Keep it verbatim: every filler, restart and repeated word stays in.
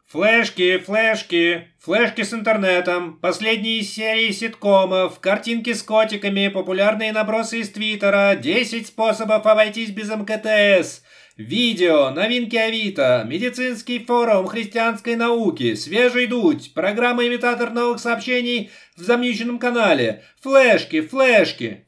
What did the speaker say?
Флешки, флешки, флешки с интернетом, последние серии ситкомов, картинки с котиками, популярные набросы из Твиттера, десять способов обойтись без эм ка тэ эс, видео, новинки Авито, медицинский форум христианской науки, свежий дуть, программа-имитатор новых сообщений в замьюченном канале, флешки, флешки.